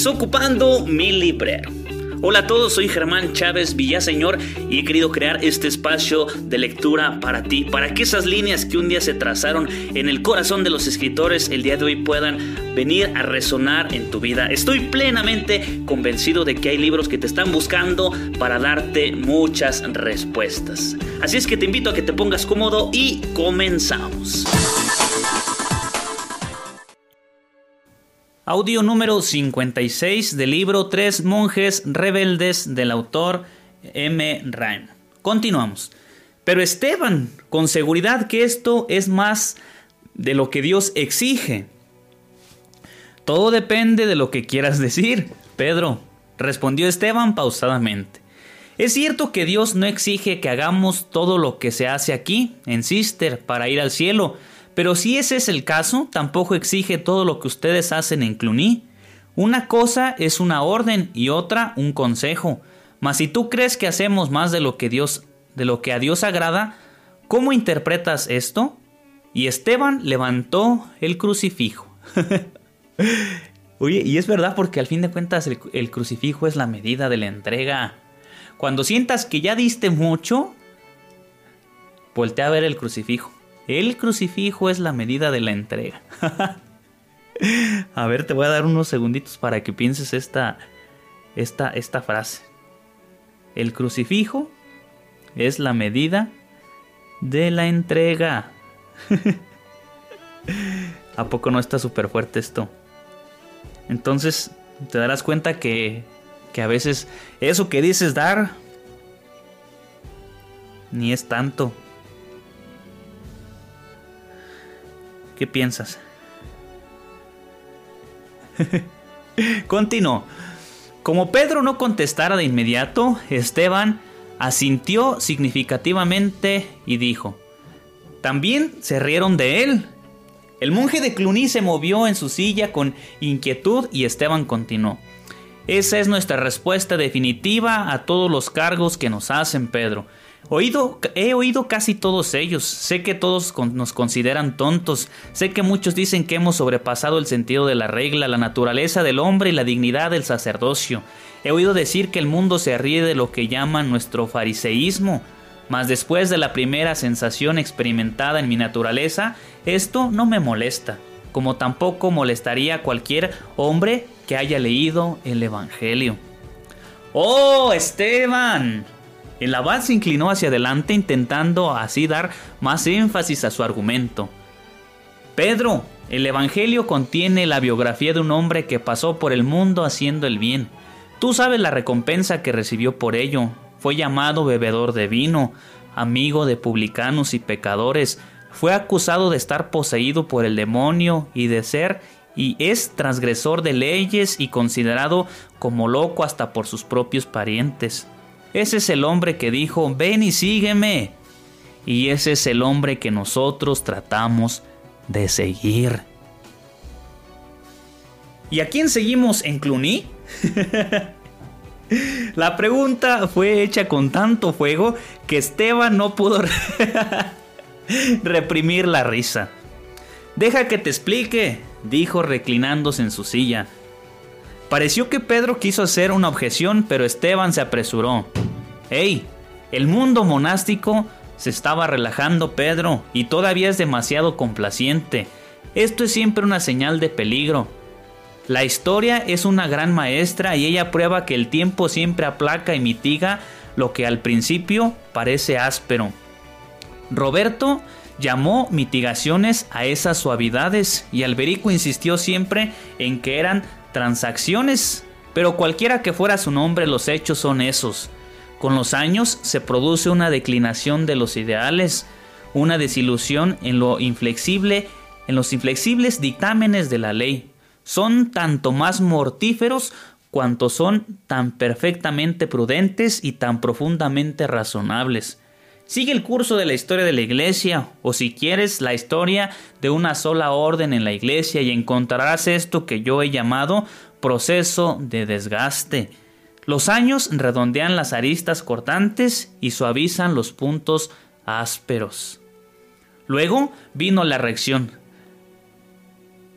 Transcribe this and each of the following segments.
Desocupando mi librero. Hola a todos, soy Germán Chávez Villaseñor y he querido crear este espacio de lectura para ti, para que esas líneas que un día se trazaron en el corazón de los escritores el día de hoy puedan venir a resonar en tu vida. Estoy plenamente convencido de que hay libros que te están buscando para darte muchas respuestas. Así es que te invito a que te pongas cómodo y comenzamos. Audio número 56 del libro Tres monjes rebeldes del autor M. Raim. Continuamos. Pero Esteban, con seguridad que esto es más de lo que Dios exige. Todo depende de lo que quieras decir, Pedro, respondió Esteban pausadamente. Es cierto que Dios no exige que hagamos todo lo que se hace aquí, en Cister, para ir al cielo. Pero si ese es el caso, tampoco exige todo lo que ustedes hacen en Cluny. Una cosa es una orden y otra un consejo. Mas si tú crees que hacemos más de lo que a Dios agrada, ¿cómo interpretas esto? Y Esteban levantó el crucifijo. Oye, y es verdad, porque al fin de cuentas el crucifijo es la medida de la entrega. Cuando sientas que ya diste mucho, voltea a ver el crucifijo. El crucifijo es la medida de la entrega. A ver, te voy a dar unos segunditos para que pienses esta frase. El crucifijo es la medida de la entrega. ¿A poco no está súper fuerte esto? Entonces te darás cuenta que a veces eso que dices dar ni es tanto. ¿Qué piensas? Continuó. Como Pedro no contestara de inmediato, Esteban asintió significativamente y dijo: también se rieron de él. El monje de Cluny se movió en su silla con inquietud y Esteban continuó: esa es nuestra respuesta definitiva a todos los cargos que nos hacen, Pedro. He oído casi todos ellos. Sé que todos nos consideran tontos. Sé que muchos dicen que hemos sobrepasado el sentido de la regla, la naturaleza del hombre y la dignidad del sacerdocio. He oído decir que el mundo se ríe de lo que llaman nuestro fariseísmo. Mas después de la primera sensación experimentada en mi naturaleza, esto no me molesta, como tampoco molestaría a cualquier hombre que haya leído el Evangelio. ¡Oh, Esteban! El abad se inclinó hacia adelante intentando así dar más énfasis a su argumento. Pedro, el Evangelio contiene la biografía de un hombre que pasó por el mundo haciendo el bien. Tú sabes la recompensa que recibió por ello. Fue llamado bebedor de vino, amigo de publicanos y pecadores. Fue acusado de estar poseído por el demonio y es transgresor de leyes y considerado como loco hasta por sus propios parientes. Ese es el hombre que dijo: ven y sígueme. Y ese es el hombre que nosotros tratamos de seguir. ¿Y a quién seguimos en Cluny? La pregunta fue hecha con tanto fuego que Esteban no pudo reprimir la risa. Deja que te explique, dijo reclinándose en su silla. Pareció que Pedro quiso hacer una objeción, pero Esteban se apresuró. ¡Ey! El mundo monástico se estaba relajando, Pedro, y todavía es demasiado complaciente. Esto es siempre una señal de peligro. La historia es una gran maestra y ella prueba que el tiempo siempre aplaca y mitiga lo que al principio parece áspero. Roberto llamó mitigaciones a esas suavidades y Alberico insistió siempre en que eran transacciones, pero cualquiera que fuera su nombre, los hechos son esos. Con los años se produce una declinación de los ideales, una desilusión en los inflexibles dictámenes de la ley. Son tanto más mortíferos cuanto son tan perfectamente prudentes y tan profundamente razonables. Sigue el curso de la historia de la iglesia, o si quieres, la historia de una sola orden en la iglesia, y encontrarás esto que yo he llamado proceso de desgaste. Los años redondean las aristas cortantes y suavizan los puntos ásperos. Luego vino la reacción.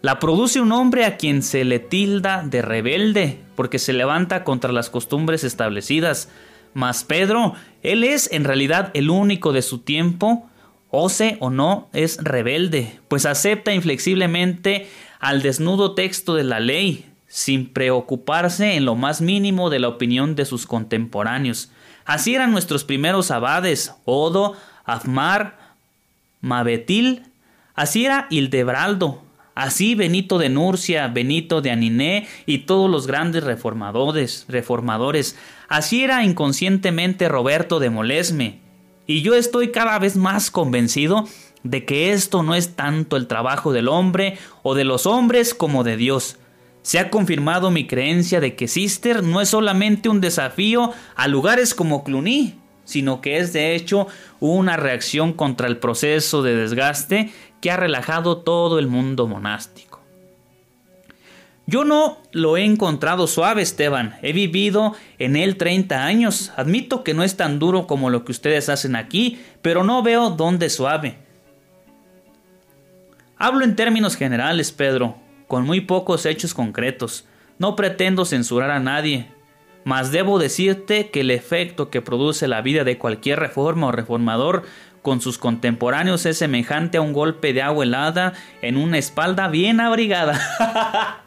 La produce un hombre a quien se le tilda de rebelde, porque se levanta contra las costumbres establecidas. Mas Pedro, él es en realidad el único de su tiempo, ose o no, es rebelde, pues acepta inflexiblemente al desnudo texto de la ley, sin preocuparse en lo más mínimo de la opinión de sus contemporáneos. Así eran nuestros primeros abades, Odo, Afmar, Mabetil, así era Hildebrando, así Benito de Nurcia, Benito de Aniné y todos los grandes reformadores, así era inconscientemente Roberto de Molesme. Y yo estoy cada vez más convencido de que esto no es tanto el trabajo del hombre o de los hombres como de Dios. Se ha confirmado mi creencia de que Cister no es solamente un desafío a lugares como Cluny, sino que es de hecho una reacción contra el proceso de desgaste que ha relajado todo el mundo monástico. Yo no lo he encontrado suave, Esteban. He vivido en él 30 años. Admito que no es tan duro como lo que ustedes hacen aquí, pero no veo dónde suave. Hablo en términos generales, Pedro, con muy pocos hechos concretos. No pretendo censurar a nadie, mas debo decirte que el efecto que produce la vida de cualquier reforma o reformador con sus contemporáneos es semejante a un golpe de agua helada en una espalda bien abrigada.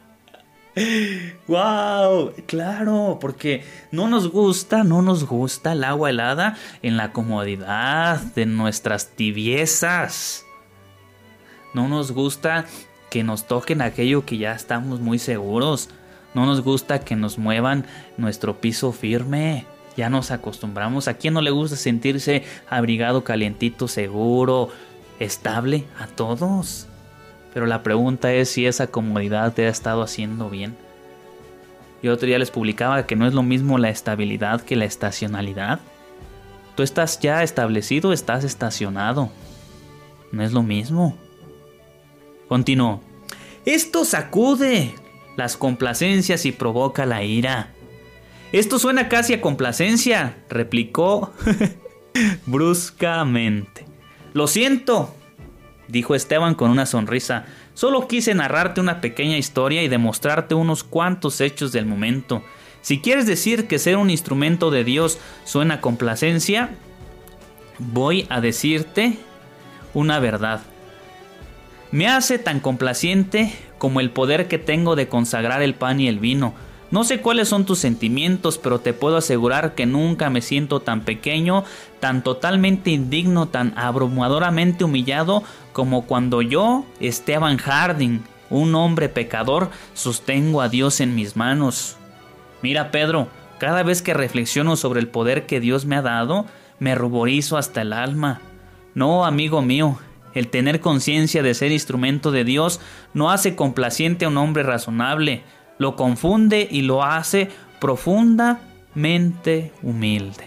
¡Wow! Claro, porque no nos gusta el agua helada en la comodidad de nuestras tibiezas. No nos gusta que nos toquen aquello que ya estamos muy seguros. No nos gusta que nos muevan nuestro piso firme. Ya nos acostumbramos. ¿A quién no le gusta sentirse abrigado, calientito, seguro, estable? A todos. Pero la pregunta es si esa comodidad te ha estado haciendo bien. Yo otro día les publicaba que no es lo mismo la estabilidad que la estacionalidad. Tú estás ya establecido, estás estacionado. No es lo mismo. Continuó. Esto sacude las complacencias y provoca la ira. Esto suena casi a complacencia, replicó bruscamente. Lo siento, dijo Esteban con una sonrisa. Solo quise narrarte una pequeña historia y demostrarte unos cuantos hechos del momento. Si quieres decir que ser un instrumento de Dios suena a complacencia, voy a decirte una verdad. Me hace tan complaciente como el poder que tengo de consagrar el pan y el vino. No sé cuáles son tus sentimientos, pero te puedo asegurar que nunca me siento tan pequeño, tan totalmente indigno, tan abrumadoramente humillado como cuando yo, Esteban Harding, un hombre pecador, sostengo a Dios en mis manos. Mira, Pedro, cada vez que reflexiono sobre el poder que Dios me ha dado, me ruborizo hasta el alma. No, amigo mío, el tener conciencia de ser instrumento de Dios no hace complaciente a un hombre razonable, lo confunde y lo hace profundamente humilde.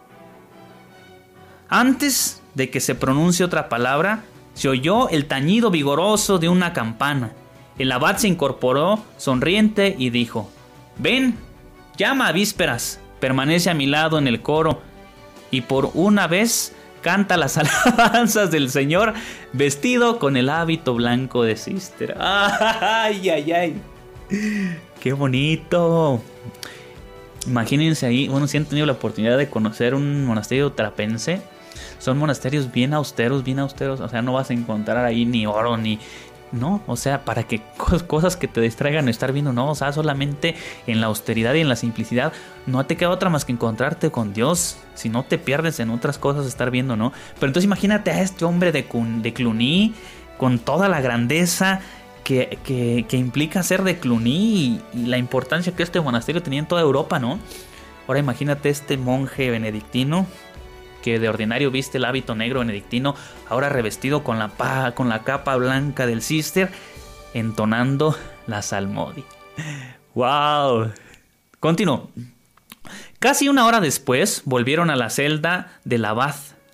Antes de que se pronuncie otra palabra, se oyó el tañido vigoroso de una campana. El abad se incorporó sonriente y dijo: «Ven, llama a vísperas, permanece a mi lado en el coro y por una vez canta las alabanzas del Señor vestido con el hábito blanco de Cister». ¡Ay, ay, ay! ¡Qué bonito! Imagínense ahí, bueno, si han tenido la oportunidad de conocer un monasterio trapense, son monasterios bien austeros, o sea, no vas a encontrar ahí ni oro, ni... No, o sea, para que cosas que te distraigan estar viendo, no, o sea, solamente en la austeridad y en la simplicidad, no te queda otra más que encontrarte con Dios, si no te pierdes en otras cosas estar viendo, ¿no? Pero entonces imagínate a este hombre de Cluny, con toda la grandeza que implica ser de Cluny y la importancia que este monasterio tenía en toda Europa, ¿no? Ahora imagínate este monje benedictino que de ordinario viste el hábito negro benedictino, ahora revestido con la capa blanca del Cister, entonando la salmodia. ¡Wow! Continuó. Casi una hora después volvieron a la celda del abad.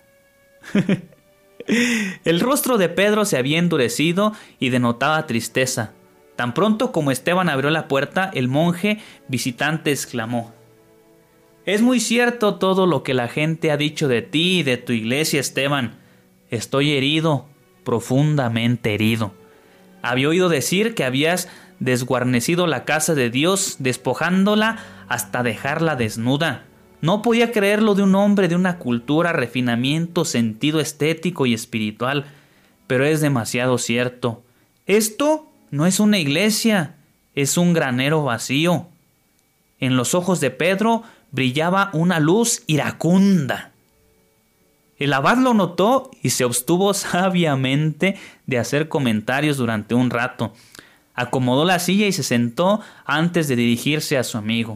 El rostro de Pedro se había endurecido y denotaba tristeza. Tan pronto como Esteban abrió la puerta, el monje visitante exclamó: «Es muy cierto todo lo que la gente ha dicho de ti y de tu iglesia, Esteban. Estoy herido, profundamente herido. Había oído decir que habías desguarnecido la casa de Dios, despojándola hasta dejarla desnuda. No podía creerlo de un hombre de una cultura, refinamiento, sentido estético y espiritual, pero es demasiado cierto. Esto no es una iglesia, es un granero vacío. En los ojos de Pedro brillaba una luz iracunda. El abad lo notó y se abstuvo sabiamente de hacer comentarios durante un rato. Acomodó la silla y se sentó antes de dirigirse a su amigo.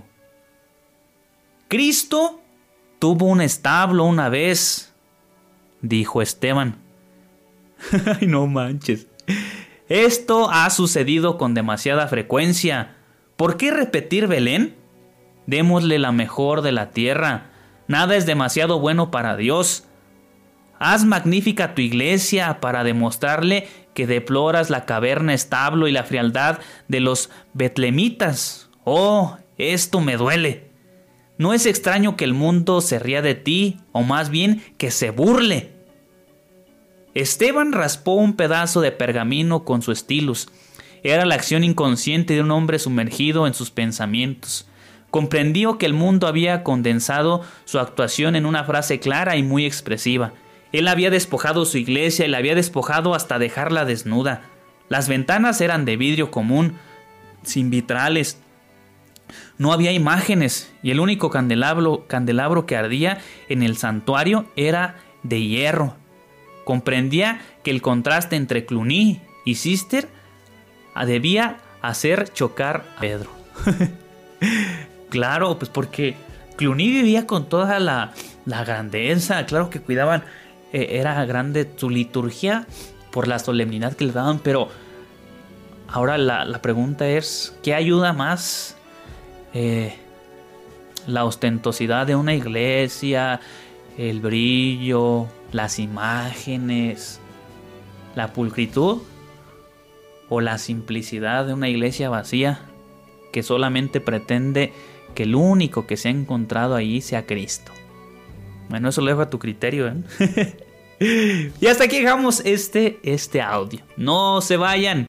Cristo tuvo un establo una vez, dijo Esteban. Ay, no manches. Esto ha sucedido con demasiada frecuencia. ¿Por qué repetir Belén? Démosle la mejor de la tierra. Nada es demasiado bueno para Dios. Haz magnífica tu iglesia para demostrarle que deploras la caverna establo y la frialdad de los betlemitas. Oh, esto me duele. No es extraño que el mundo se ría de ti, o más bien que se burle. Esteban raspó un pedazo de pergamino con su estilus. Era la acción inconsciente de un hombre sumergido en sus pensamientos. Comprendió que el mundo había condensado su actuación en una frase clara y muy expresiva. Él había despojado su iglesia y la había despojado hasta dejarla desnuda. Las ventanas eran de vidrio común, sin vitrales. No había imágenes y el único candelabro que ardía en el santuario era de hierro. Comprendía que el contraste entre Cluny y Cister debía hacer chocar a Pedro. Claro, pues porque Cluny vivía con toda la grandeza. Claro que cuidaban, era grande su liturgia por la solemnidad que le daban, pero ahora la pregunta es, ¿qué ayuda más? La ostentosidad de una iglesia, el brillo, las imágenes, la pulcritud o la simplicidad de una iglesia vacía que solamente pretende que el único que se ha encontrado ahí sea Cristo. Bueno, eso lo dejo a tu criterio, ¿eh? Y hasta aquí dejamos este audio. No se vayan.